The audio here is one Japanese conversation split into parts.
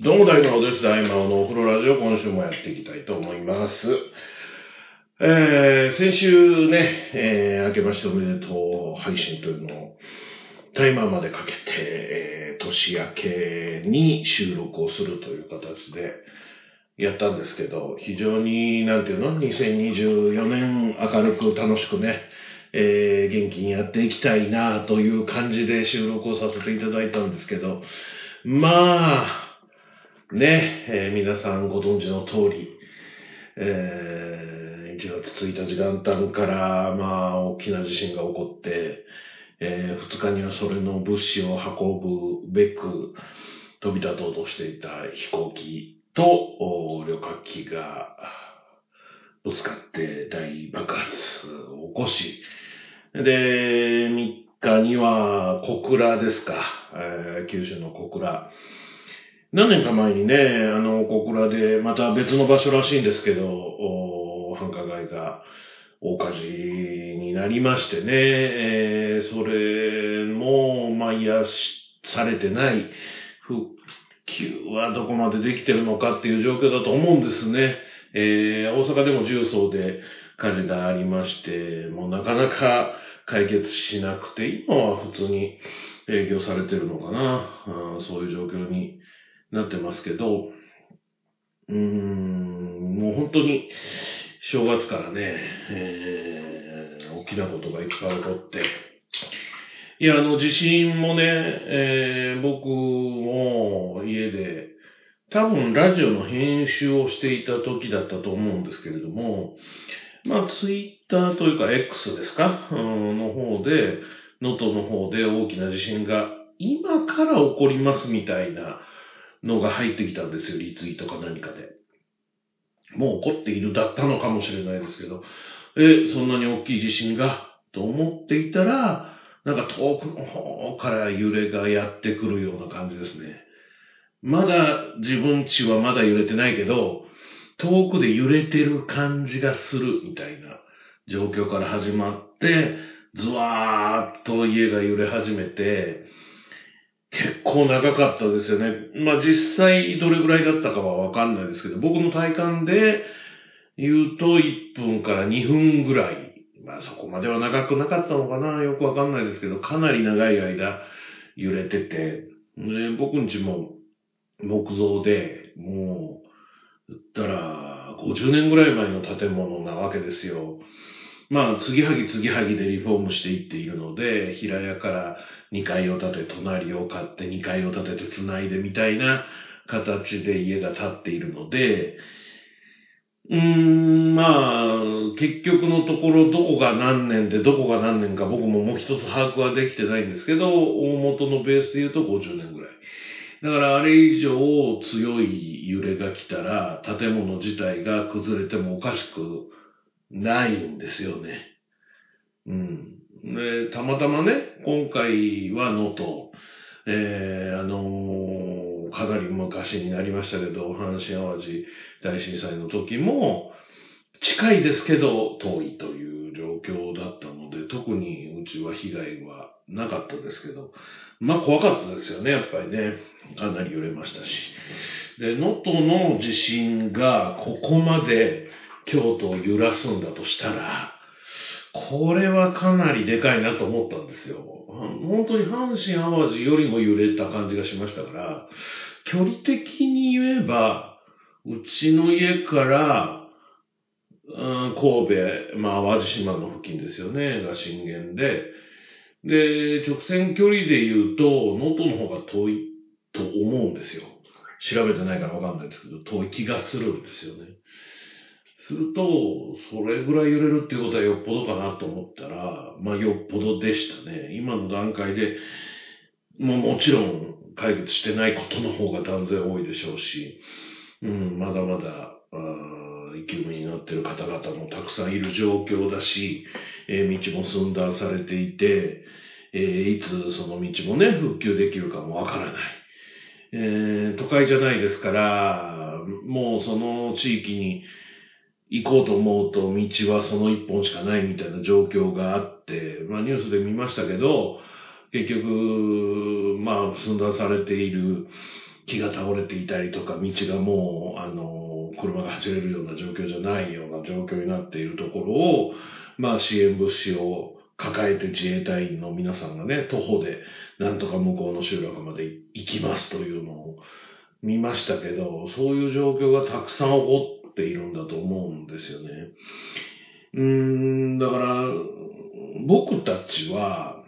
どうも大魔王です。大魔王のお風呂ラジオ、今週もやっていきたいと思います。先週ね、明けましておめでとう配信というのをタイマーまでかけて、年明けに収録をするという形でやったんですけど、非常に2024年明るく楽しくね、元気にやっていきたいなという感じで収録をさせていただいたんですけど、まあね、皆さんご存知の通り、1月1日元旦から大きな地震が起こって、2日にはそれの物資を運ぶべく飛び立とうとしていた飛行機と旅客機がぶつかって大爆発を起こし、で、3日には小倉ですか、九州の小倉。何年か前にね、小倉でまた別の場所らしいんですけど、繁華街が大火事になりましてね、それも、癒されてない、復旧はどこまでできてるのかっていう状況だと思うんですね。大阪でも重曹で火事がありまして、もうなかなか解決しなくて、今は普通に営業されてるのかな、そういう状況になってますけど、もう本当に正月からね、大きなことがいっぱい起こって、いや、地震もね、僕も家で、多分ラジオの編集をしていた時だったと思うんですけれども、ツイッターというか X ですか、の方で、能登の方で大きな地震が今から起こりますみたいなのが入ってきたんですよ、リツイートか何かで。もう起こっているだったのかもしれないですけど、そんなに大きい地震がと思っていたら、遠くの方から揺れがやってくるような感じですね。まだ自分家はまだ揺れてないけど、遠くで揺れてる感じがするみたいな状況から始まって、ズワーッと家が揺れ始めて、結構長かったですよね。実際どれぐらいだったかはわかんないですけど、僕の体感で言うと1分から2分ぐらい。そこまでは長くなかったのかな、よくわかんないですけど、かなり長い間揺れてて、で僕ん家も木造で、もう、言ったら50年ぐらい前の建物なわけですよ。継ぎはぎでリフォームしていっているので、平屋から2階を建て、隣を買って2階を建てて繋いでみたいな形で家が建っているので、結局のところどこが何年でどこが何年か僕ももう一つ把握はできてないんですけど、大元のベースで言うと50年ぐらい。だからあれ以上強い揺れが来たら建物自体が崩れてもおかしくないんですよね。で、たまたまね、今回は能登、かなり昔になりましたけど、阪神淡路大震災の時も、近いですけど遠いという状況だったので、特にうちは被害はなかったですけど、怖かったですよね、やっぱりね。かなり揺れましたし。で、能登の地震がここまで京都を揺らすんだとしたら、これはかなりでかいなと思ったんですよ。本当に阪神淡路よりも揺れた感じがしましたから、距離的に言えば、うちの家から、神戸、淡路島の付近ですよね、が震源で、で、直線距離で言うと、能登の方が遠いと思うんですよ。調べてないからわかんないですけど、遠い気がするんですよね。すると、それぐらい揺れるっていうことはよっぽどかなと思ったら、よっぽどでしたね。今の段階で、もちろん解決してないことの方が断然多いでしょうし、まだまだ、生き埋めになっている方々もたくさんいる状況だし、道も寸断されていて、いつその道もね、復旧できるかもわからない。都会じゃないですから、もうその地域に行こうと思うと道はその一本しかないみたいな状況があって、ニュースで見ましたけど、結局、寸断されている木が倒れていたりとか、道がもう、車が走れるような状況じゃないような状況になっているところを、支援物資を抱えて自衛隊員の皆さんがね、徒歩でなんとか向こうの集落まで行きますというのを見ましたけど、そういう状況がたくさん起こっているんだと思うんですよね。だから、僕たちは、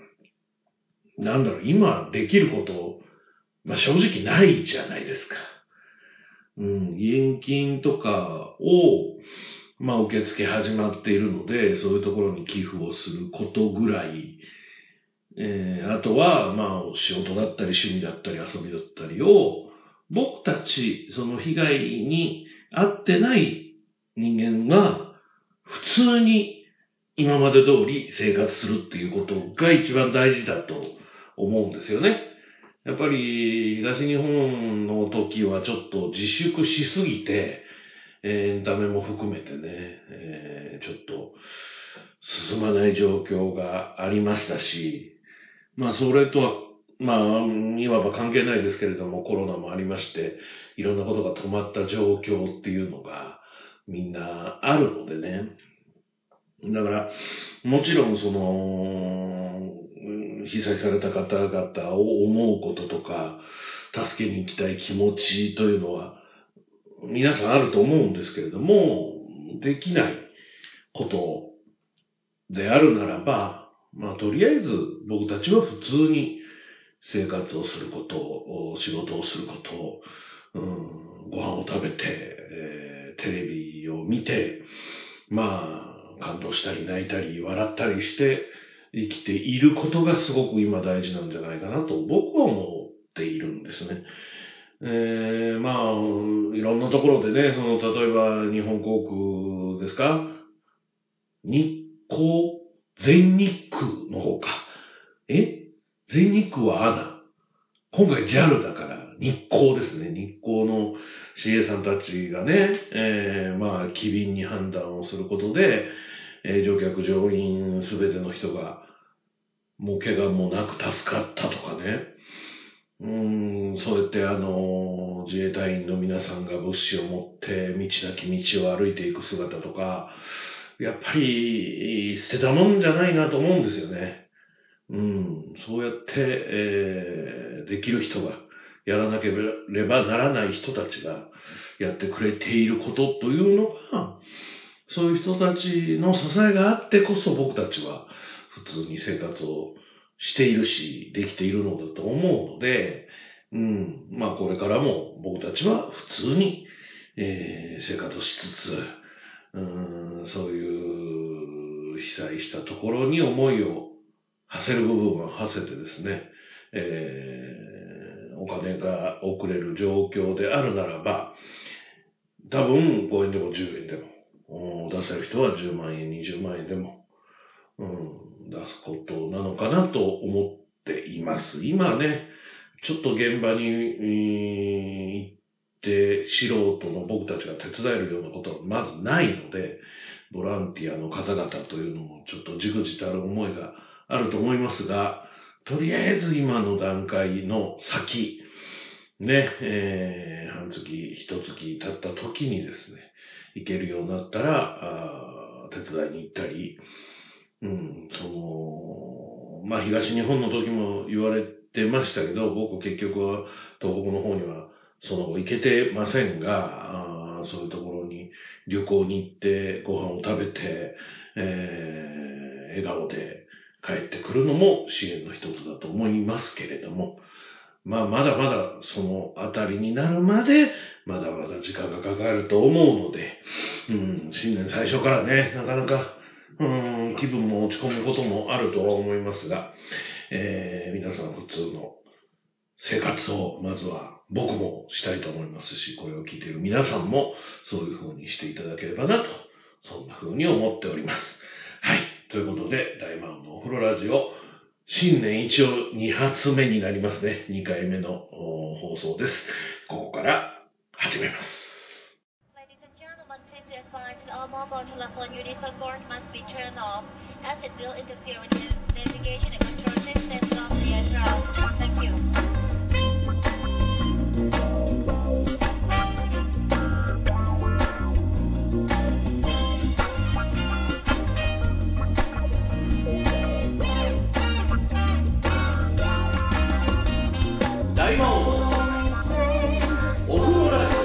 今できること、正直ないじゃないですか。義援金とかを、受付始まっているので、そういうところに寄付をすることぐらい、あとは、仕事だったり趣味だったり遊びだったりを、僕たち、その被害に遭ってない人間が、普通に今まで通り生活するっていうことが一番大事だと思うんですよね。やっぱり東日本の時はちょっと自粛しすぎて、エンタメも含めてね、ちょっと進まない状況がありましたし、それとは、いわば関係ないですけれども、コロナもありまして、いろんなことが止まった状況っていうのがみんなあるのでね。だから、もちろん被災された方々を思うこととか、助けに行きたい気持ちというのは、皆さんあると思うんですけれども、できないことであるならば、とりあえず僕たちは普通に生活をすること、仕事をすること、ご飯を食べて、テレビを見て、感動したり泣いたり笑ったりして生きていることがすごく今大事なんじゃないかなと僕は思っているんですね。いろんなところでね、例えば日本航空ですか？日光、全日空の方か。全日空はANA。今回 JAL だから日光ですね。日光の CA さんたちがね、機敏に判断をすることで、乗客乗員すべての人がもう怪我もなく助かったとかね。そうやって自衛隊員の皆さんが物資を持って道なき道を歩いていく姿とか、やっぱり捨てたもんじゃないなと思うんですよね。そうやって、できる人がやらなければならない人たちがやってくれていることというのが、そういう人たちの支えがあってこそ僕たちは普通に生活をしているし、できているのだと思うので、これからも僕たちは普通に、生活をしつつ、そういう被災したところに思いを馳せる部分は馳せてですね、お金が送れる状況であるならば、多分5円でも10円でも、出せる人は10万円、20万円でも、出すことなのかなと思っています。今ね、ちょっと現場に行って素人の僕たちが手伝えるようなことはまずないので、ボランティアの方々というのもちょっとじくじたる思いがあると思いますが、とりあえず今の段階の先、ね、半月、一月経った時にですね、行けるようになったら、手伝いに行ったり、東日本の時も言われてましたけど、僕結局は東北の方にはその後行けてませんが、そういうところに旅行に行ってご飯を食べて、笑顔で帰ってくるのも支援の一つだと思いますけれども、まだまだそのあたりになるまで、まだまだ時間がかかると思うので、新年最初からね、なかなか、気分も落ち込むこともあるとは思いますが、皆さん普通の生活をまずは僕もしたいと思いますし、これを聞いている皆さんもそういう風にしていただければなと、そんな風に思っております。はい。ということで、大魔王のお風呂ラジオ、新年一応2発目になりますね。2回目の放送です。ここから始めます。 Ladies and gentlemen, please be advised all mobile telephone unit support must be turned off as it will interfere with the navigation and control system of the aircraft. Thank you. 大魔王のお風呂ラジ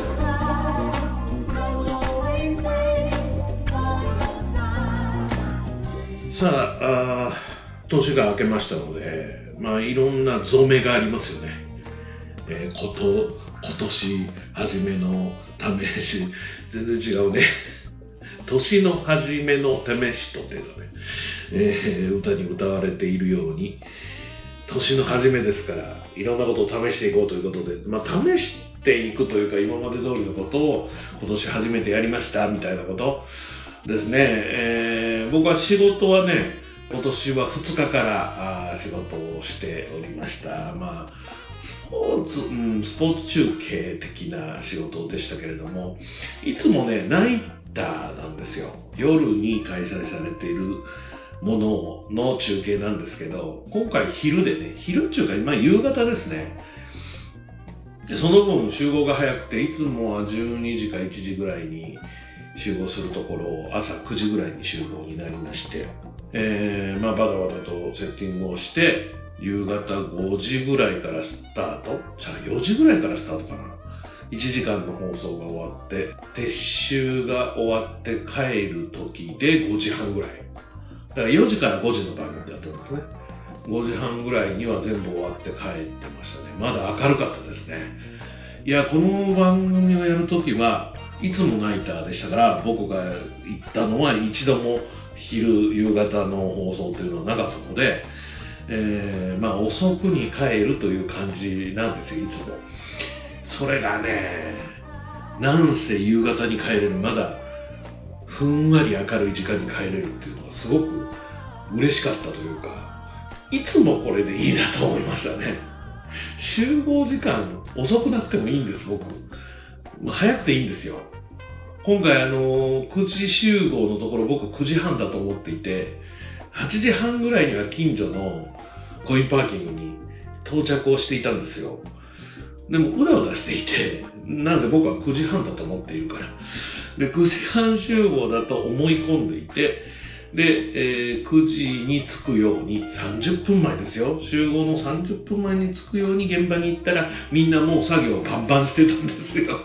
オ。さあ、年が明けましたので、いろんな染めがありますよね。今年初めの試し、全然違うね。年の初めの試しというのね、歌に歌われているように、年の初めですから、いろんなことを試していこうということで、試していくというか、今まで通りのことを今年初めてやりましたみたいなことですね。僕は仕事はね、今年は2日から仕事をしておりました。スポーツ中継的な仕事でしたけれども、いつもね、ナイターなんですよ。夜に開催されているものの中継なんですけど、今回昼でね、昼っていうか、夕方ですね。でその分集合が早くて、いつもは12時か1時ぐらいに集合するところを朝9時ぐらいに集合になりまして、バタバタとセッティングをして、夕方5時ぐらいからスタート、4時ぐらいからスタートかな。1時間の放送が終わって、撤収が終わって帰る時で5時半ぐらい。だから4時から5時の番組だったんですね。5時半ぐらいには全部終わって帰ってましたね。まだ明るかったですね。いや、この番組をやるときはいつもナイターでしたから、僕が行ったのは一度も夕方の放送というのはなかったので、遅くに帰るという感じなんですよ、いつも。それがね、なんせ夕方に帰れる、まだふんわり明るい時間に帰れるっていうのがすごく嬉しかったというか、いつもこれでいいなと思いましたね。集合時間遅くなくてもいいんです、僕。早くていいんですよ。今回9時集合のところ僕9時半だと思っていて、8時半ぐらいには近所のコインパーキングに到着をしていたんですよ。でもうだうだしていて、なぜ僕は9時半だと思っているから。で、9時半集合だと思い込んでいて、で、9時に着くように30分前ですよ。集合の30分前に着くように現場に行ったら、みんなもう作業をバンバンしてたんですよ。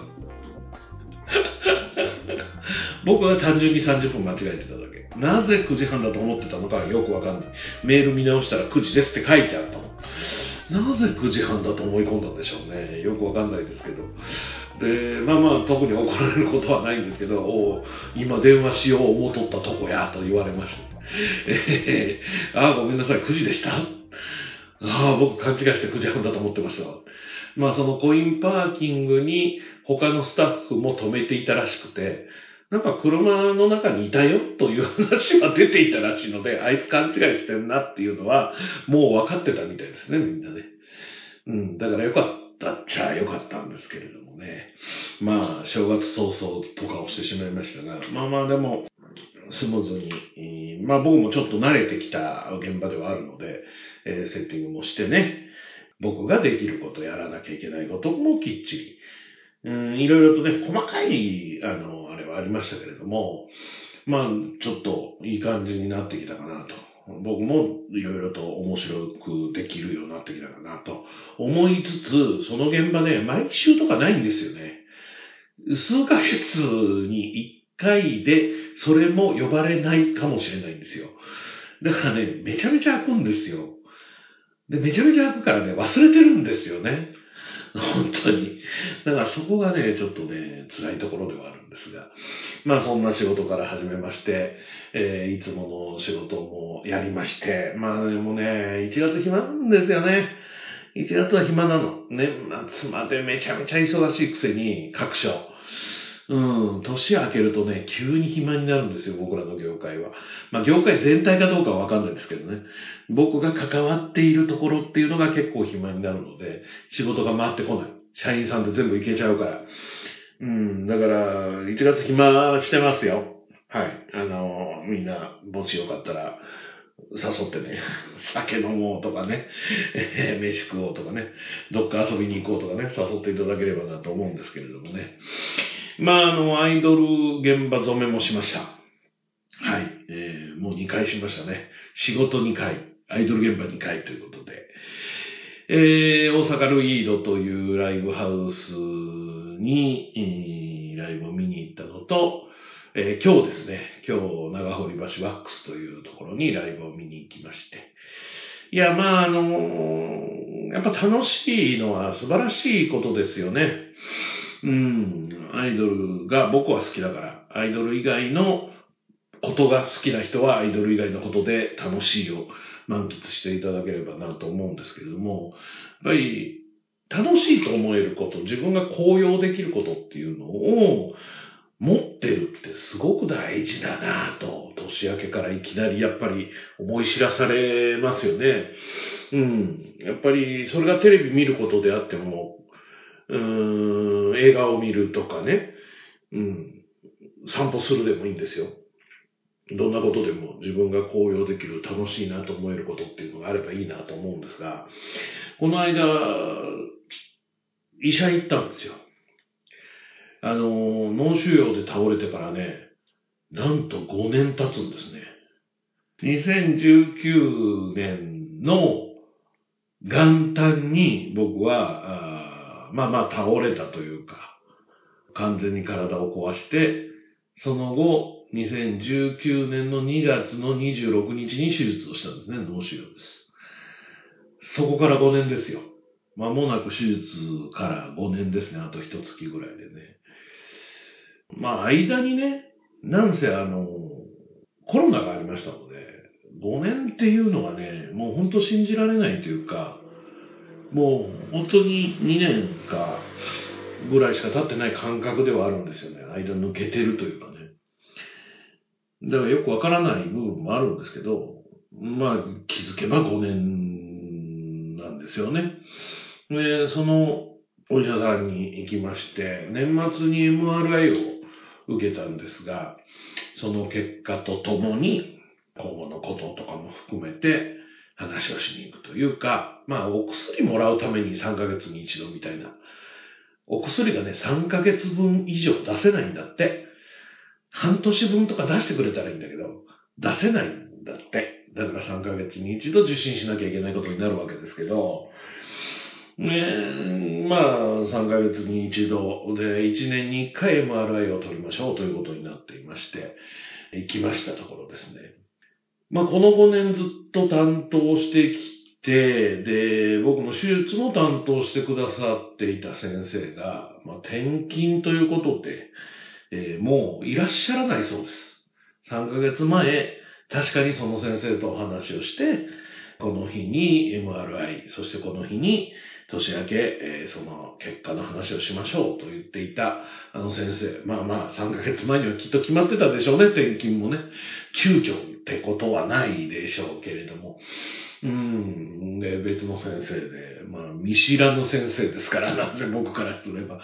僕は単純に30分間違えてただけ。なぜ9時半だと思ってたのかはよくわかんない。メール見直したら9時ですって書いてあったの。なぜ9時半だと思い込んだんでしょうね。よくわかんないですけど。で、特に怒られることはないんですけど、今電話しよう思うとったとこやと言われました。ごめんなさい、9時でした。僕勘違いして9時半だと思ってました。そのコインパーキングに他のスタッフも止めていたらしくて、なんか車の中にいたよという話は出ていたらしいので、あいつ勘違いしてんなっていうのはもう分かってたみたいですね、みんなね。だからよかったっちゃよかったんですけれどもね。正月早々とかをしてしまいましたが、でも、スムーズに、僕もちょっと慣れてきた現場ではあるので、セッティングもしてね、僕ができること、やらなきゃいけないこともきっちり、いろいろとね、細かい、あれはありましたけれども、ちょっといい感じになってきたかなと。僕もいろいろと面白くできるようになってきたかなと思いつつ、その現場ね、毎週とかないんですよね。数ヶ月に1回で、それも呼ばれないかもしれないんですよ。だからね、めちゃめちゃ開くんですよ。で、めちゃめちゃ開くからね、忘れてるんですよね。本当に。だからそこがね、ちょっとね、辛いところではあるんですが。そんな仕事から始めまして、いつもの仕事もやりまして、でもね、1月暇なんですよね。1月は暇なの。年末までめちゃめちゃ忙しいくせに、各所。年明けるとね、急に暇になるんですよ、僕らの業界は。業界全体かどうかはわかんないですけどね。僕が関わっているところっていうのが結構暇になるので、仕事が回ってこない。社員さんで全部いけちゃうから。だから、1月暇してますよ。はい。みんな、もしよかったら、誘ってね、酒飲もうとかね、飯食おうとかね、どっか遊びに行こうとかね、誘っていただければなと思うんですけれどもね。アイドル現場染めもしました。はい。もう2回しましたね。仕事2回、アイドル現場2回ということで。 大阪ルイードというライブハウスに、ライブを見に行ったのと、今日ですね、今日長堀橋ワックスというところにライブを見に行きまして。いや、まあやっぱ楽しいのは素晴らしいことですよね。アイドルが僕は好きだから、アイドル以外のことが好きな人はアイドル以外のことで楽しいを満喫していただければなと思うんですけれども、やっぱり楽しいと思えること、自分が高揚できることっていうのを持ってるってすごく大事だなと、年明けからいきなりやっぱり思い知らされますよね。やっぱりそれがテレビ見ることであっても、映画を見るとかね、散歩するでもいいんですよ。どんなことでも自分が高揚できる楽しいなと思えることっていうのがあればいいなと思うんですが、この間、医者行ったんですよ。脳腫瘍で倒れてからね、なんと5年経つんですね。2019年の元旦に僕は、倒れたというか、完全に体を壊して、その後、2019年の2月の26日に手術をしたんですね、脳腫瘍です。そこから5年ですよ。間もなく手術から5年ですね、あと1月ぐらいでね。間にね、なんせコロナがありましたので、5年っていうのがね、もう本当信じられないというか、もう本当に2年かぐらいしか経ってない感覚ではあるんですよね。間抜けてるというかね。だからよくわからない部分もあるんですけど、気づけば5年なんですよね。で、そのお医者さんに行きまして、年末に MRI を受けたんですが、その結果とともに、今後のこととかも含めて話をしに行くというか、お薬もらうために3ヶ月に一度みたいな。お薬がね、3ヶ月分以上出せないんだって。半年分とか出してくれたらいいんだけど、出せないんだって。だから3ヶ月に一度受診しなきゃいけないことになるわけですけど、3ヶ月に一度で1年に1回 MRI を取りましょうということになっていまして、行きましたところですね。この5年ずっと担当してきて、で、僕の手術も担当してくださっていた先生が、転勤ということで、もういらっしゃらないそうです。3ヶ月前、確かにその先生とお話をして、この日に MRI、そしてこの日に年明け、その結果の話をしましょうと言っていたあの先生。3ヶ月前にはきっと決まってたでしょうね、転勤もね。急遽ってことはないでしょうけれども。で、別の先生で、見知らぬ先生ですから、なぜ僕からすれば。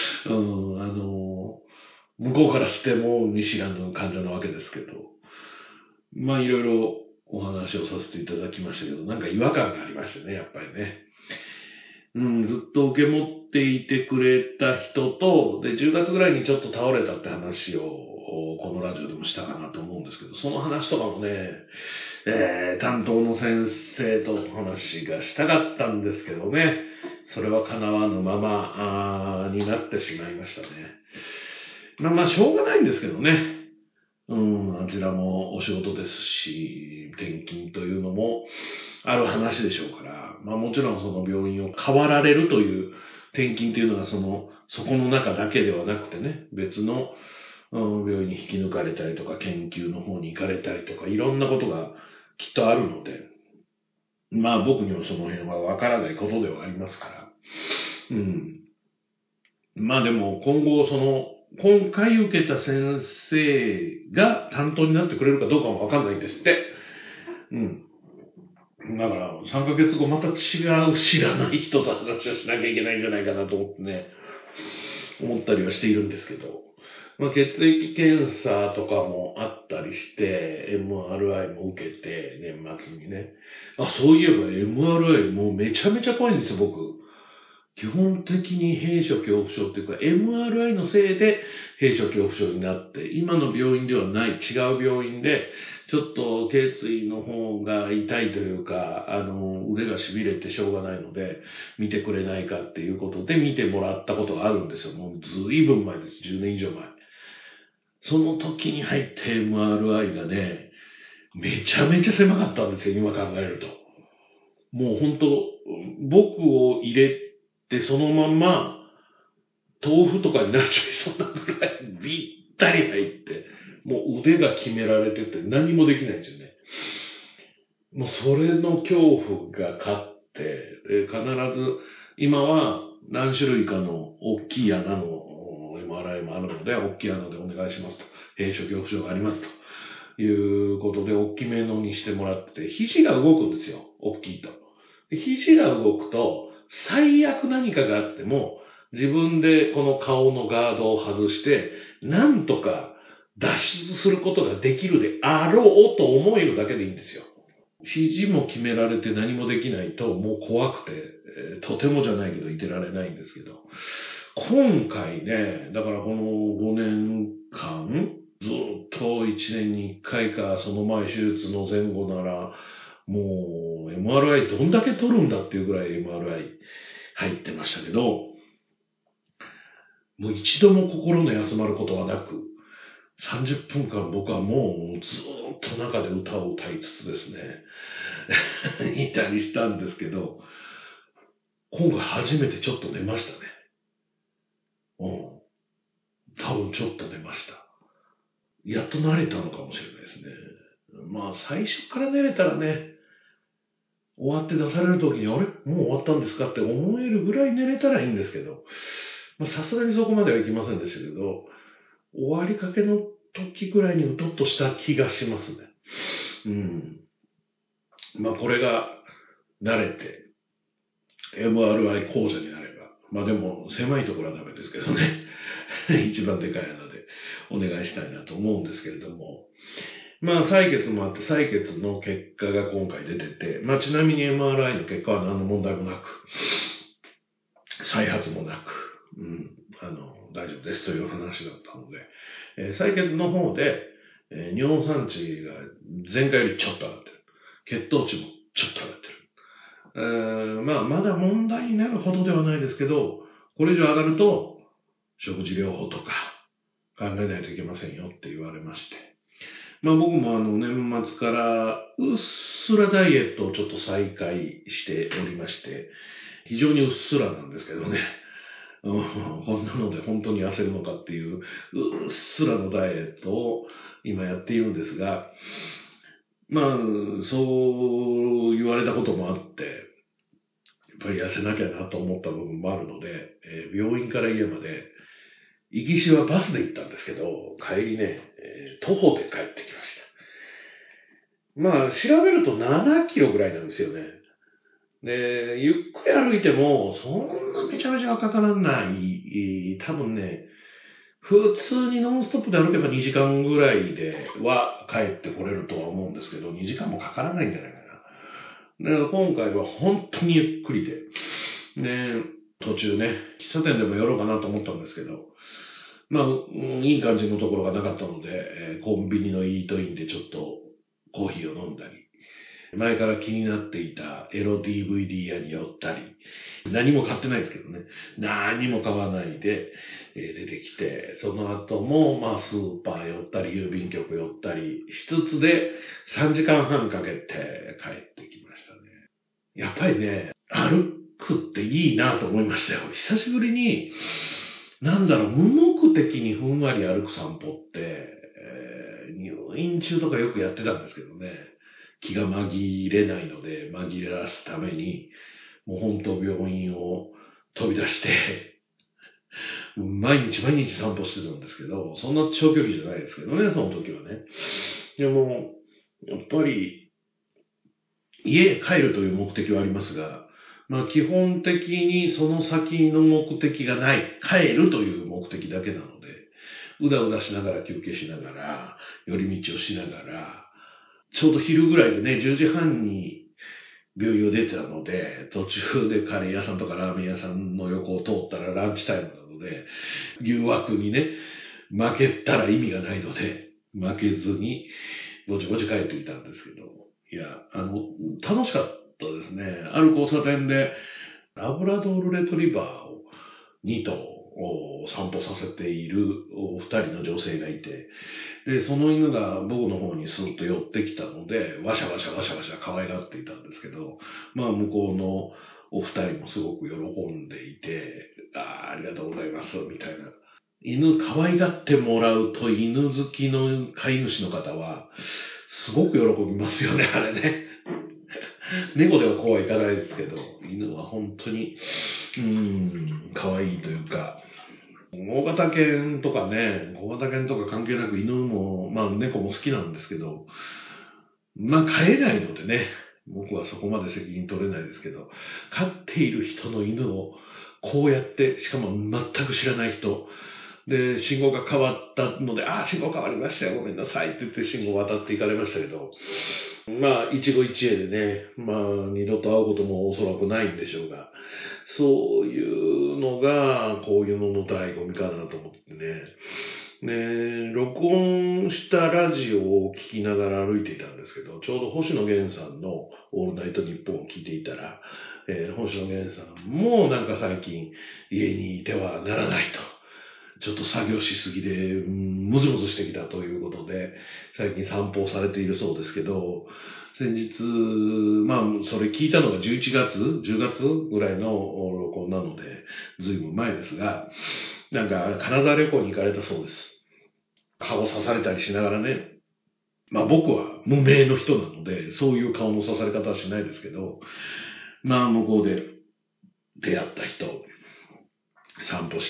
向こうからしても見知らぬ患者なわけですけど。いろいろお話をさせていただきましたけど、なんか違和感がありましたね、やっぱりね。ずっと受け持っていてくれた人と、で、10月ぐらいにちょっと倒れたって話を、このラジオでもしたかなと思うんですけど、その話とかもね、担当の先生と話がしたかったんですけどね、それは叶わぬままになってしまいましたね。しょうがないんですけどね。あちらもお仕事ですし、転勤というのもある話でしょうから、もちろんその病院を変わられるという転勤というのがそこの中だけではなくてね、別の病院に引き抜かれたりとか、研究の方に行かれたりとか、いろんなことがきっとあるので、僕にはその辺はわからないことではありますから。でも今後今回受けた先生が担当になってくれるかどうかもわかんないんですって。だから3ヶ月後また違う知らない人と話をしなきゃいけないんじゃないかなと思ってね、思ったりはしているんですけど。血液検査とかもあったりして、MRI も受けて、年末にね。そういえば MRI もうめちゃめちゃ怖いんですよ、僕。 基本的に閉所恐怖症っていうか MRI のせいで閉所恐怖症になって、今の病院ではない違う病院でちょっと頸椎の方が痛いというか、腕が痺れてしょうがないので見てくれないかっていうことで見てもらったことがあるんですよ。もうずいぶん前です。10年以上前。その時に入って MRI がね、めちゃめちゃ狭かったんですよ、今考えると。もう本当、僕を入れてそのまんま豆腐とかになっちゃいそうなぐらいびったり入って、もう腕が決められてて何もできないんですよね。もうそれの恐怖が勝って、必ず今は何種類かの大きい穴の MRI もあるので、大きい穴でお願いしますと。閉所恐怖症がありますということで、大きめのにしてもらって、肘が動くんですよ。大きいと。肘が動くと、最悪何かがあっても、自分でこの顔のガードを外して、なんとか脱出することができるであろうと思えるだけでいいんですよ。肘も決められて何もできないともう怖くて、とてもじゃないけどいてられないんですけど、今回ね、だからこの5年間、ずっと1年に1回か、その前手術の前後なら、もう MRI どんだけ取るんだっていうぐらい MRI 入ってましたけど、もう一度も心の休まることはなく、30分間僕はもうずっと中で歌を歌いつつですね、いたりしたんですけど、今回初めてちょっと寝ましたね。多分ちょっと寝ました。やっと慣れたのかもしれないですね。まあ最初から寝れたらね、終わって出される時に、あれもう終わったんですかって思えるぐらい寝れたらいいんですけど、さすがにそこまではいきませんでしたけど、終わりかけの時ぐらいにうとっとした気がしますね。これが慣れて、MRI 講座になれば、でも狭いところはダメですけどね。一番でかい穴でお願いしたいなと思うんですけれども。採血もあって、採血の結果が今回出てて、ちなみに MRI の結果は何の問題もなく、再発もなく、大丈夫ですという話だったので、採血の方で、尿酸値が前回よりちょっと上がってる。血糖値もちょっと上がってる。まだ問題になるほどではないですけど、これ以上上がると、食事療法とか考えないといけませんよって言われまして。僕も年末からうっすらダイエットをちょっと再開しておりまして、非常にうっすらなんですけどね。こんなので本当に痩せるのかっていう、うっすらのダイエットを今やっているんですが、そう言われたこともあって、やっぱり痩せなきゃなと思った部分もあるので、病院から家まで、行きしはバスで行ったんですけど、帰りね、徒歩で帰ってきました。調べると7キロぐらいなんですよね。で、ゆっくり歩いても、そんなめちゃめちゃかからない、多分ね、普通にノンストップで歩けば2時間ぐらいでは帰ってこれるとは思うんですけど、2時間もかからないんじゃないかな。だから今回は本当にゆっくりで、ね、途中ね、喫茶店でも寄ろうかなと思ったんですけど、いい感じのところがなかったので、コンビニのイートインでちょっとコーヒーを飲んだり、前から気になっていたエロ DVD 屋に寄ったり、何も買ってないですけどね、何も買わないで出てきて、その後もスーパー寄ったり、郵便局寄ったりしつつで3時間半かけて帰ってきましたね。やっぱりね、歩くっていいなと思いましたよ。久しぶりに、無目的にふんわり歩く散歩って、入院中とかよくやってたんですけどね、気が紛れないので、紛らわすために、もう本当病院を飛び出して、毎日散歩してたんですけど、そんな長距離じゃないですけどね、その時はね。でも、やっぱり、家へ帰るという目的はありますが、基本的にその先の目的がない、帰るという目的だけなので、うだうだしながら休憩しながら、寄り道をしながら、ちょうど昼ぐらいでね、10時半に病院を出てたので、途中でカレー屋さんとかラーメン屋さんの横を通ったらランチタイムなので、誘惑にね、負けたら意味がないので、負けずに、ぼちぼち帰ってきたんですけど、いや、楽しかったですね。ある交差点で、ラブラドールレトリバーを2頭散歩させている2人の女性がいて、で、その犬が僕の方にスーッと寄ってきたので、ワシャワシャワシャワシャ可愛がっていたんですけど、まあ向こうのお二人もすごく喜んでいて、ありがとうございます、みたいな。犬可愛がってもらうと犬好きの飼い主の方は、すごく喜びますよね、あれね。猫ではこうはいかないですけど、犬は本当に、可愛いというか、大型犬とかね、小型犬とか関係なく犬も、まあ猫も好きなんですけど、まあ飼えないのでね、僕はそこまで責任取れないですけど、飼っている人の犬をこうやって、しかも全く知らない人、で、信号が変わったので、信号変わりましたよ、ごめんなさいって言って信号渡っていかれましたけど、まあ、一期一会でね、まあ、二度と会うこともおそらくないんでしょうが、そういうのが、こういうのの醍醐味かなと思ってね。ね、録音したラジオを聞きながら歩いていたんですけど、ちょうど星野源さんのオールナイトニッポンを聞いていたら、星野源さんもなんか最近家にいてはならないと。ちょっと作業しすぎで、ムズムズしてきたということで、最近散歩をされているそうですけど、先日、まあ、それ聞いたのが11月、10月ぐらいの録音なので、ずいぶん前ですが、なんか、金沢旅行に行かれたそうです。顔を刺されたりしながらね、まあ僕は無名の人なので、そういう顔の刺され方はしないですけど、まあ向こうで出会った人、散歩して、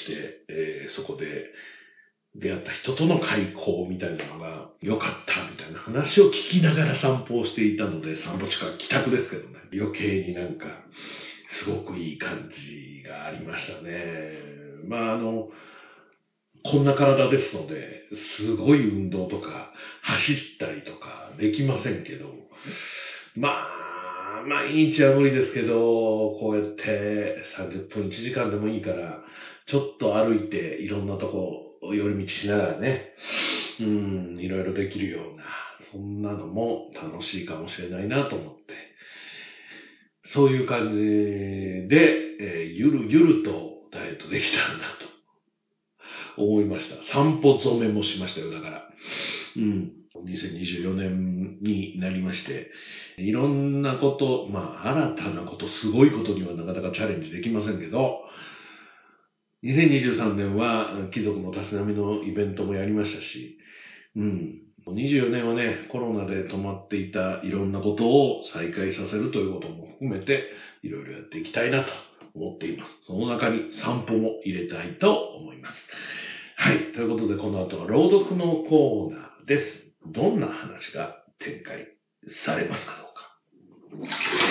そこで出会った人との開口みたいなのが良かったみたいな話を聞きながら散歩をしていたので、散歩近く帰宅ですけどね、余計になんかすごくいい感じがありましたね。まあこんな体ですので、すごい運動とか走ったりとかできませんけど、まあ、毎日は無理ですけど、こうやって30分1時間でもいいから、ちょっと歩いていろんなとこ寄り道しながらね、いろいろできるような、そんなのも楽しいかもしれないなと思って、そういう感じで、ゆるゆるとダイエットできたらなと思いました。散歩染めもしましたよ、だから。2024年になりまして、いろんなこと、新たなこと、すごいことにはなかなかチャレンジできませんけど、2023年は貴族のたしなみのイベントもやりましたし、24年はね、コロナで止まっていたいろんなことを再開させるということも含めて、いろいろやっていきたいなと思っています。その中に散歩も入れたいと思います。はい。ということで、この後は朗読のコーナーです。どんな話が展開されますかどうか。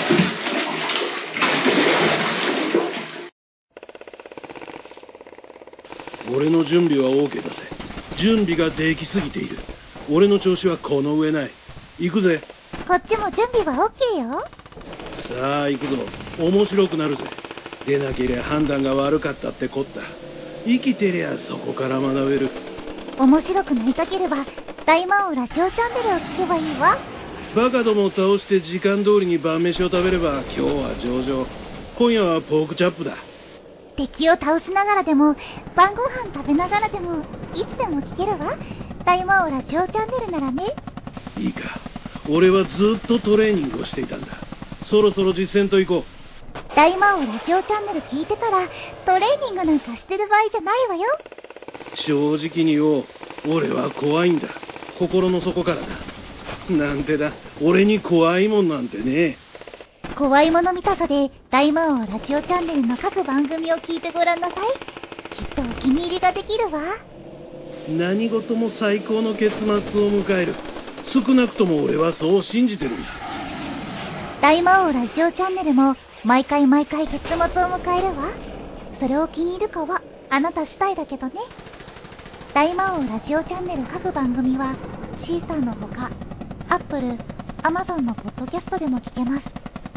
俺の準備は OK だぜ。準備ができすぎている。俺の調子はこの上ない。行くぜ。 こっちも準備は OK よ。 さあ行くぞ。面白くなるぜ。出なけりゃ判断が悪かったってこった。生きてりゃそこから学べる。 面白くなりたければ大魔王ラジオチャンネルを聞けばいいわ。 バカどもを倒して時間通りに晩飯を食べれば今日は上々。今夜はポークチャップだ。 敵を倒しながらでも晩ご飯食べながらでもいつでも聞けるわ。大魔王ラジオチャンネルならね。 いいか。俺はずっとトレーニングをしていたんだ。そろそろ実践と行こう。 大魔王ラジオチャンネル聞いてたらトレーニングなんかしてる場合じゃないわよ。 正直に言おう。俺は怖いんだ。心の底からだ。なんてだ。俺に怖いもんなんてね。 怖いもの見たさで大魔王ラジオチャンネルの各番組を聞いてごらんなさい。きっとお気に入りができるわ。 何事も最高の結末を迎える。少なくとも俺はそう信じてるんだ。 大魔王ラジオチャンネルも毎回結末を迎えるわ。それを気に入るかはあなた次第だけどね。大魔王ラジオチャンネル各番組はシーサーのほか、アップル、アマゾンのポッドキャストでも聞けます。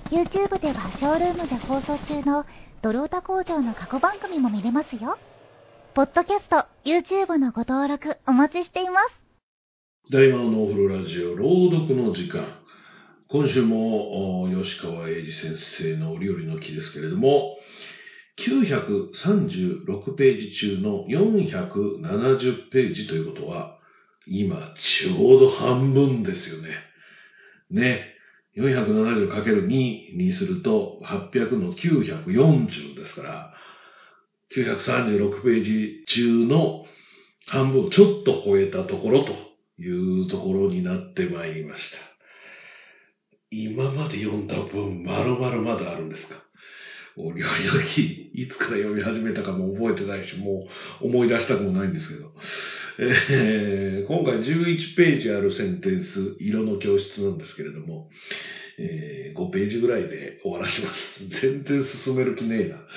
YouTube ではショールームで放送中のドルオタ工場の過去番組も見れますよ。ポッドキャスト、YouTube のご登録お待ちしています。 大魔王のお風呂ラジオ朗読の時間。今週も吉川英治先生の折々の木ですけれども、936ページ中の470ページということは、今ちょうど半分ですよね。ね。470×2 にすると800の940ですから、936ページ中の半分をちょっと超えたところというところになってまいりました。今まで読んだ分、丸々まだあるんですか。折々の木、いつから読み始めたかも覚えてないし、もう思い出したくもないんですけど。今回11ページあるセンテンス、色の教室なんですけれども、5ページぐらいで終わらします。全然進める気ねえな。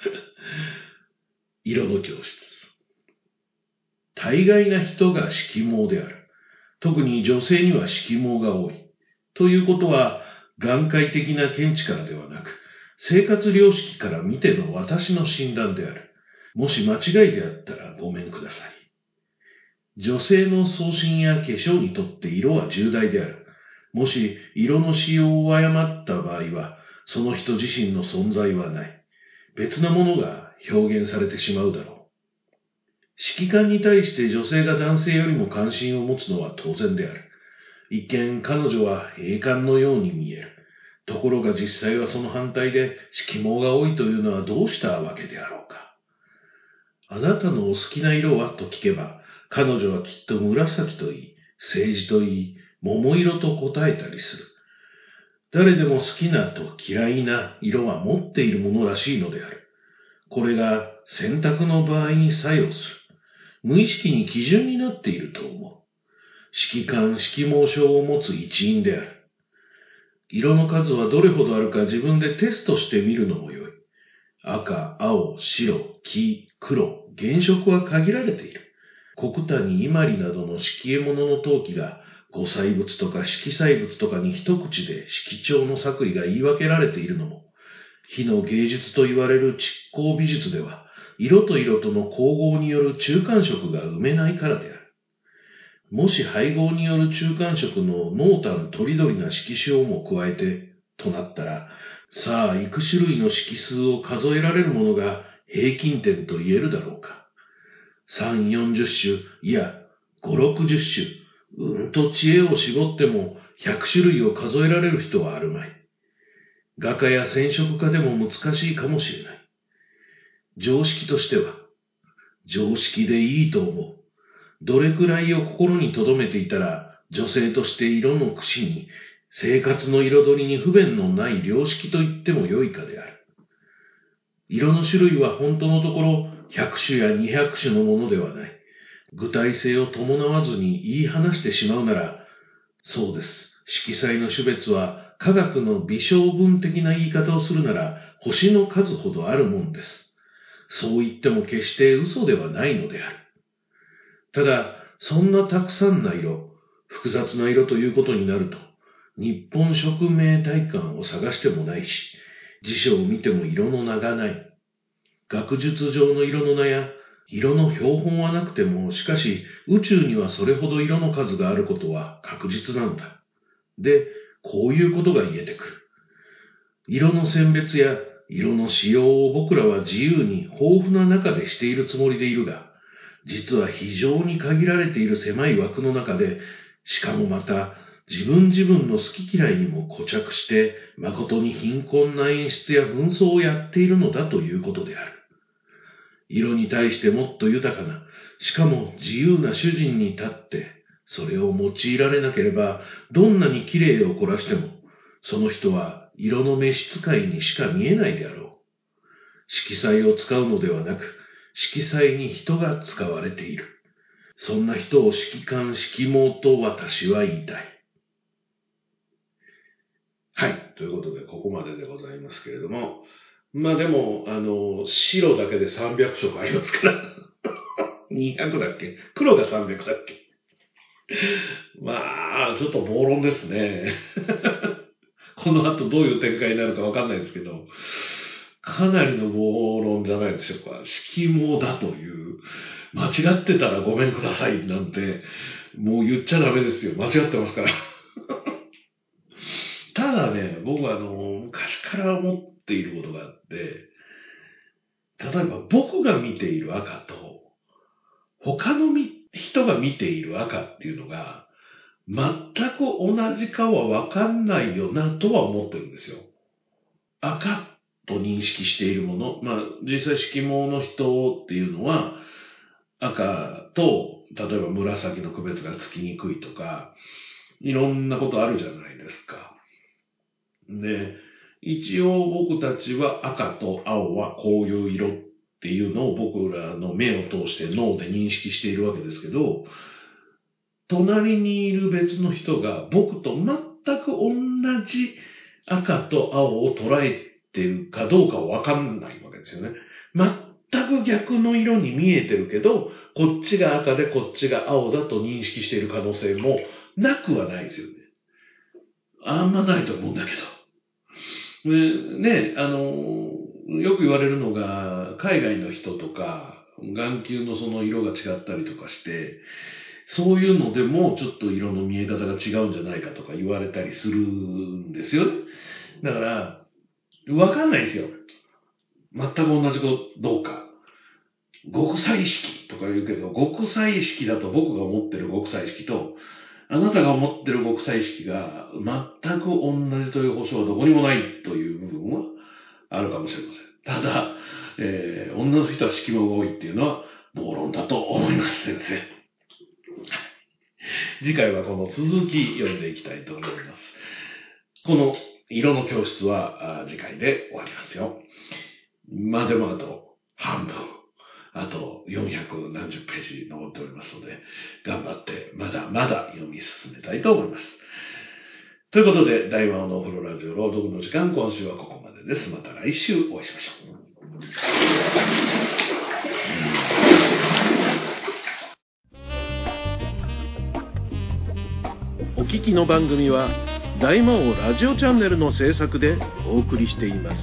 色の教室。大概な人が色盲である。特に女性には色盲が多い。ということは、眼界的な見地からではなく、生活良識から見ての私の診断である。もし間違いであったらごめんください。女性の送信や化粧にとって色は重大である。もし色の使用を誤った場合は、その人自身の存在はない。別なものが表現されてしまうだろう。色感に対して女性が男性よりも関心を持つのは当然である。一見彼女は栄冠のように見える。ところが実際はその反対で色盲が多いというのはどうしたわけであろうか。あなたのお好きな色はと聞けば、彼女はきっと紫といい、青磁といい、桃色と答えたりする。誰でも好きなと嫌いな色は持っているものらしいのである。これが選択の場合に作用する。無意識に基準になっていると思う。色感、色盲症を持つ一因である。色の数はどれほどあるか自分でテストしてみるのもよい。赤、青、白、黄、黒、原色は限られている。黒谷伊万里などの色絵物の陶器が五彩物とか色彩物とかに一口で色調の作為が言い分けられているのも、火の芸術と言われる蓄光美術では、色と色との光合による中間色が埋めないからである。もし配合による中間色の濃淡とりどりな色紙をも加えて、となったら、さあ、幾種類の色数を数えられるものが平均点と言えるだろうか。3、40種、いや、5、60種、と知恵を絞っても100種類を数えられる人はあるまい。画家や染色家でも難しいかもしれない。常識としては、常識でいいと思う。どれくらいを心に留めていたら、女性として色の串に、生活の彩りに不便のない良識と言っても良いかである。色の種類は本当のところ、100種や200種のものではない。具体性を伴わずに言い放してしまうなら、そうです。色彩の種別は科学の微小分的な言い方をするなら、星の数ほどあるもんです。そう言っても決して嘘ではないのである。ただ、そんなたくさんな色、複雑な色ということになると、日本食名体感を探してもないし、辞書を見ても色の名がない。学術上の色の名や、色の標本はなくても、しかし宇宙にはそれほど色の数があることは確実なんだ。で、こういうことが言えてくる。色の選別や色の使用を僕らは自由に豊富な中でしているつもりでいるが、実は非常に限られている狭い枠の中で、しかもまた自分の好き嫌いにも固着して、誠に貧困な演出や紛争をやっているのだということである。色に対してもっと豊かな、しかも自由な主人に立って、それを用いられなければ、どんなに綺麗を凝らしても、その人は色の召使いにしか見えないであろう。色彩を使うのではなく、色彩に人が使われている。そんな人を色感、色盲と私は言いたい。はい。ということで、ここまででございますけれども、まあでも、白だけで300色ありますから。200だっけ？黒が300だっけ？まあ、ちょっと暴論ですね。 この後どういう展開になるかわかんないですけど、かなりの暴論じゃないでしょうか。色盲だという、間違ってたらごめんくださいなんて、もう言っちゃダメですよ。間違ってますから。ただね、僕は昔から思っていることがあって、例えば僕が見ている赤と、他の人が見ている赤っていうのが、全く同じかはわかんないよなとは思ってるんですよ。赤と認識しているもの、実際色盲の人っていうのは、赤と、例えば紫の区別がつきにくいとか、いろんなことあるじゃないですか。で、一応僕たちは赤と青はこういう色っていうのを僕らの目を通して脳で認識しているわけですけど、隣にいる別の人が僕と全く同じ赤と青を捉えてるかどうかはわかんないわけですよね。全く逆の色に見えてるけど、こっちが赤でこっちが青だと認識している可能性もなくはないですよね。あんまないと思うんだけど。ね、よく言われるのが、海外の人とか、眼球のその色が違ったりとかして、そういうのでもちょっと色の見え方が違うんじゃないかとか言われたりするんですよね。だから、わかんないですよ。全く同じことどうか。極彩色とか言うけど、極彩色だと僕が思ってる極彩色と、あなたが思ってる極彩色が全く同じという保証はどこにもないという部分はあるかもしれません。ただ、女の人は色盲が多いっていうのは暴論だと思います、先生。次回はこの続き読んでいきたいと思います。この色の教室は次回で終わりますよ。でもあと半分。あと400何十ページ残っておりますので、頑張ってまだまだ読み進めたいと思います。ということで、大魔王のお風呂ラジオ朗読の時間、今週はここまでです。また来週お会いしましょう。お聞きの番組は大魔王ラジオチャンネルの制作でお送りしています。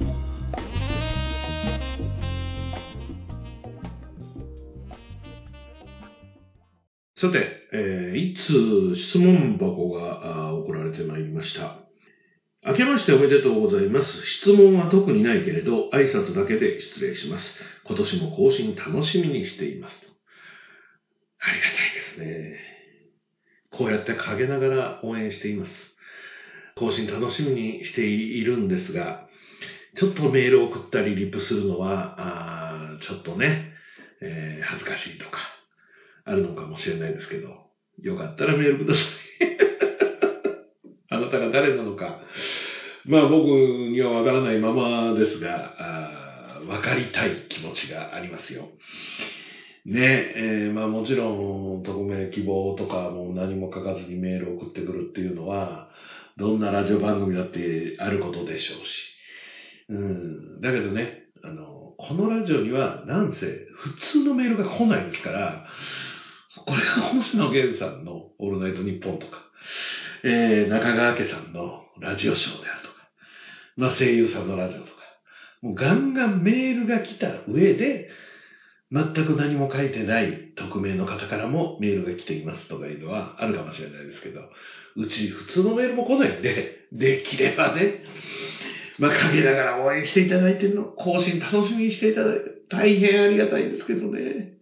さて、いつ質問箱が送られてまいりました。明けましておめでとうございます。質問は特にないけれど、挨拶だけで失礼します。今年も更新楽しみにしています。ありがたいですね。こうやって陰ながら応援しています。更新楽しみにしているんですが、ちょっとメールを送ったりリプするのは、ちょっとね、恥ずかしいとか、あるのかもしれないですけど、よかったらメールください。あなたが誰なのか、僕にはわからないままですが、わかりたい気持ちがありますよ。ね、もちろん、匿名希望とかも何も書かずにメールを送ってくるっていうのは、どんなラジオ番組だってあることでしょうし。だけどね、このラジオにはなんせ普通のメールが来ないですから、これが星野源さんのオールナイトニッポンとか、中川家さんのラジオショーであるとか、声優さんのラジオとか、もうガンガンメールが来た上で、全く何も書いてない匿名の方からもメールが来ていますとかいうのはあるかもしれないですけど、うち普通のメールも来ないんで、できればね、陰ながら応援していただいてるの、更新楽しみにしていただいて、大変ありがたいんですけどね。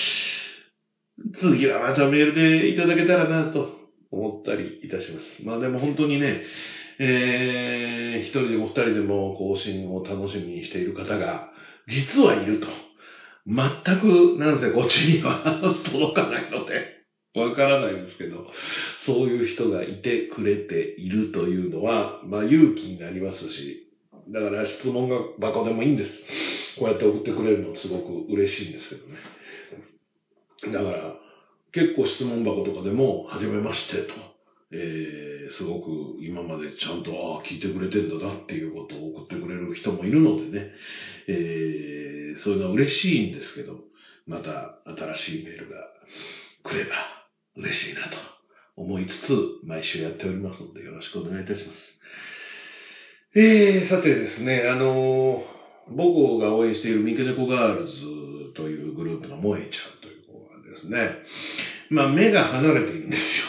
次はまたメールでいただけたらなと思ったりいたします。でも本当にね、一人でも二人でも更新を楽しみにしている方が実はいると。全くなんせこっちには届かないので、わからないんですけど、そういう人がいてくれているというのは、勇気になりますし、だから質問箱でもいいんです。こうやって送ってくれるのすごく嬉しいんですけどね。だから結構質問箱とかでも初めましてと、すごく今までちゃんと聞いてくれてんだなっていうことを送ってくれる人もいるのでね、そういうのは嬉しいんですけど、また新しいメールが来れば嬉しいなと思いつつ毎週やっておりますのでよろしくお願いいたします。 さてですね、僕が応援している三毛猫ガールズというグループの萌えちゃんという子がですね、目が離れているんですよ。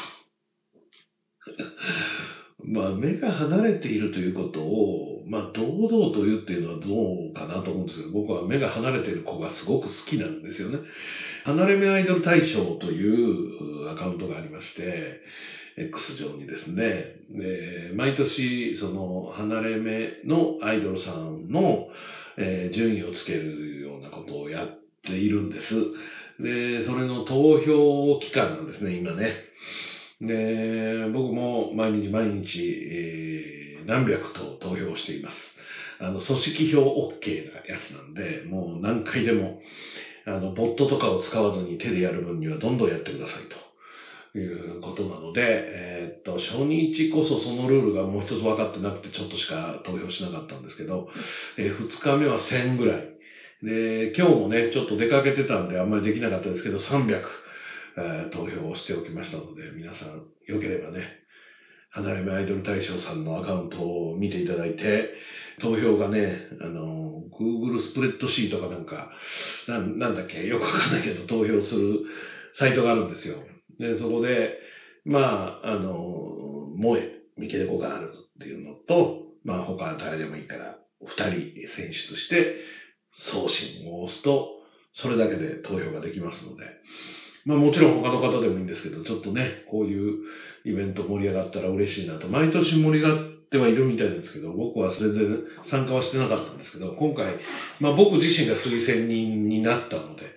目が離れているということを、堂々と言うっていうのはどうかなと思うんですけど、僕は目が離れている子がすごく好きなんですよね。離れ目アイドル大賞というアカウントがありまして、X 上にですね、毎年その離れ目のアイドルさんの、順位をつけるようなことをやっているんです。で、それの投票期間なんですね、今ね。で、僕も毎日、何百と投票しています。組織票 OK なやつなんで、もう何回でも、ボットとかを使わずに手でやる分にはどんどんやってくださいということなので、初日こそそのルールがもう一つ分かってなくてちょっとしか投票しなかったんですけど、2日目は1000ぐらい。で、今日もね、ちょっと出かけてたんであんまりできなかったですけど、300、投票をしておきましたので、皆さんよければね、離れ目アイドル大賞さんのアカウントを見ていただいて、投票がね、Google スプレッドシートかなんだっけ、よくわかんないけど、投票するサイトがあるんですよ。で、そこで、萌え、三毛猫があるっていうのと、他は誰でもいいから、2人選出して、送信を押すと、それだけで投票ができますので、もちろん他の方でもいいんですけど、ちょっとね、こういうイベント盛り上がったら嬉しいなと。毎年盛り上がってはいるみたいですけど、僕は全然参加はしてなかったんですけど、今回、僕自身が推薦人になったので、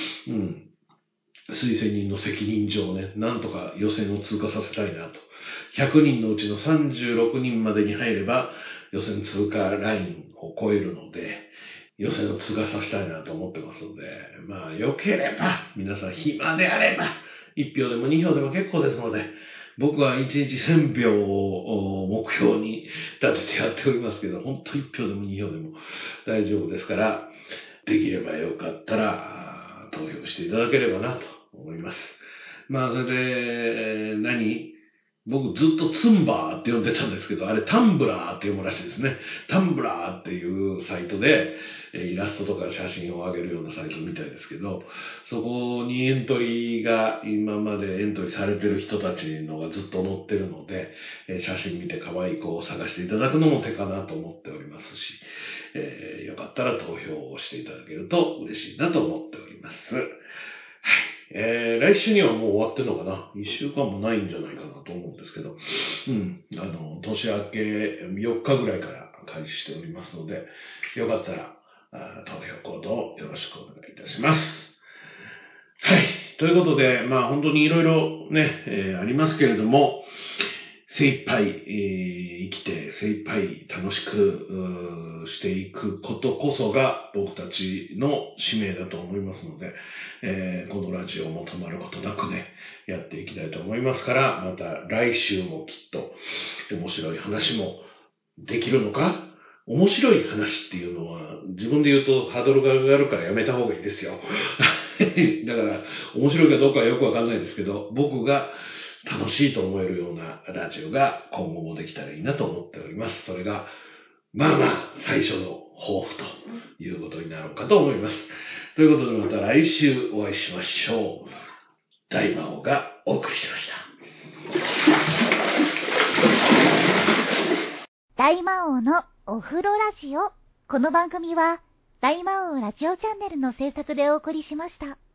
推薦人の責任上ね、なんとか予選を通過させたいなと。100人のうちの36人までに入れば、予選通過ラインを超えるので、予選を通過させたいなと思ってますので、良ければ、皆さん暇であれば、1票でも2票でも結構ですので、僕は1日1000票を目標に立ててやっておりますけど、本当1票でも2票でも大丈夫ですから、できればよかったら投票していただければなと思います。それで、僕ずっとツンバーって呼んでたんですけど、あれタンブラーって読むらしいですね。タンブラーっていうサイトで、イラストとか写真を上げるようなサイトみたいですけど、そこにエントリーが今までエントリーされてる人たちのがずっと載ってるので、写真見て可愛い子を探していただくのも手かなと思っておりますし、よかったら投票をしていただけると嬉しいなと思っております。はい。来週にはもう終わってるのかな ?1 週間もないんじゃないかなと思うんですけど、年明け4日ぐらいから開始しておりますので、よかったら投票行動よろしくお願いいたします。はい。ということで、本当にいろいろね、ありますけれども、精一杯、生きて精一杯楽しくしていくことこそが僕たちの使命だと思いますので、このラジオも止まることなくね、やっていきたいと思いますから、また来週もきっと面白い話もできるのか？面白い話っていうのは自分で言うとハードルが上がるからやめた方がいいですよ。だから面白いかどうかはよくわかんないですけど、僕が楽しいと思えるようなラジオが今後もできたらいいなと思っております。それが、最初の抱負ということになろうかと思います。ということでまた来週お会いしましょう。大魔王がお送りしました。 大魔王のお風呂ラジオ。この番組は大魔王ラジオチャンネルの制作でお送りしました。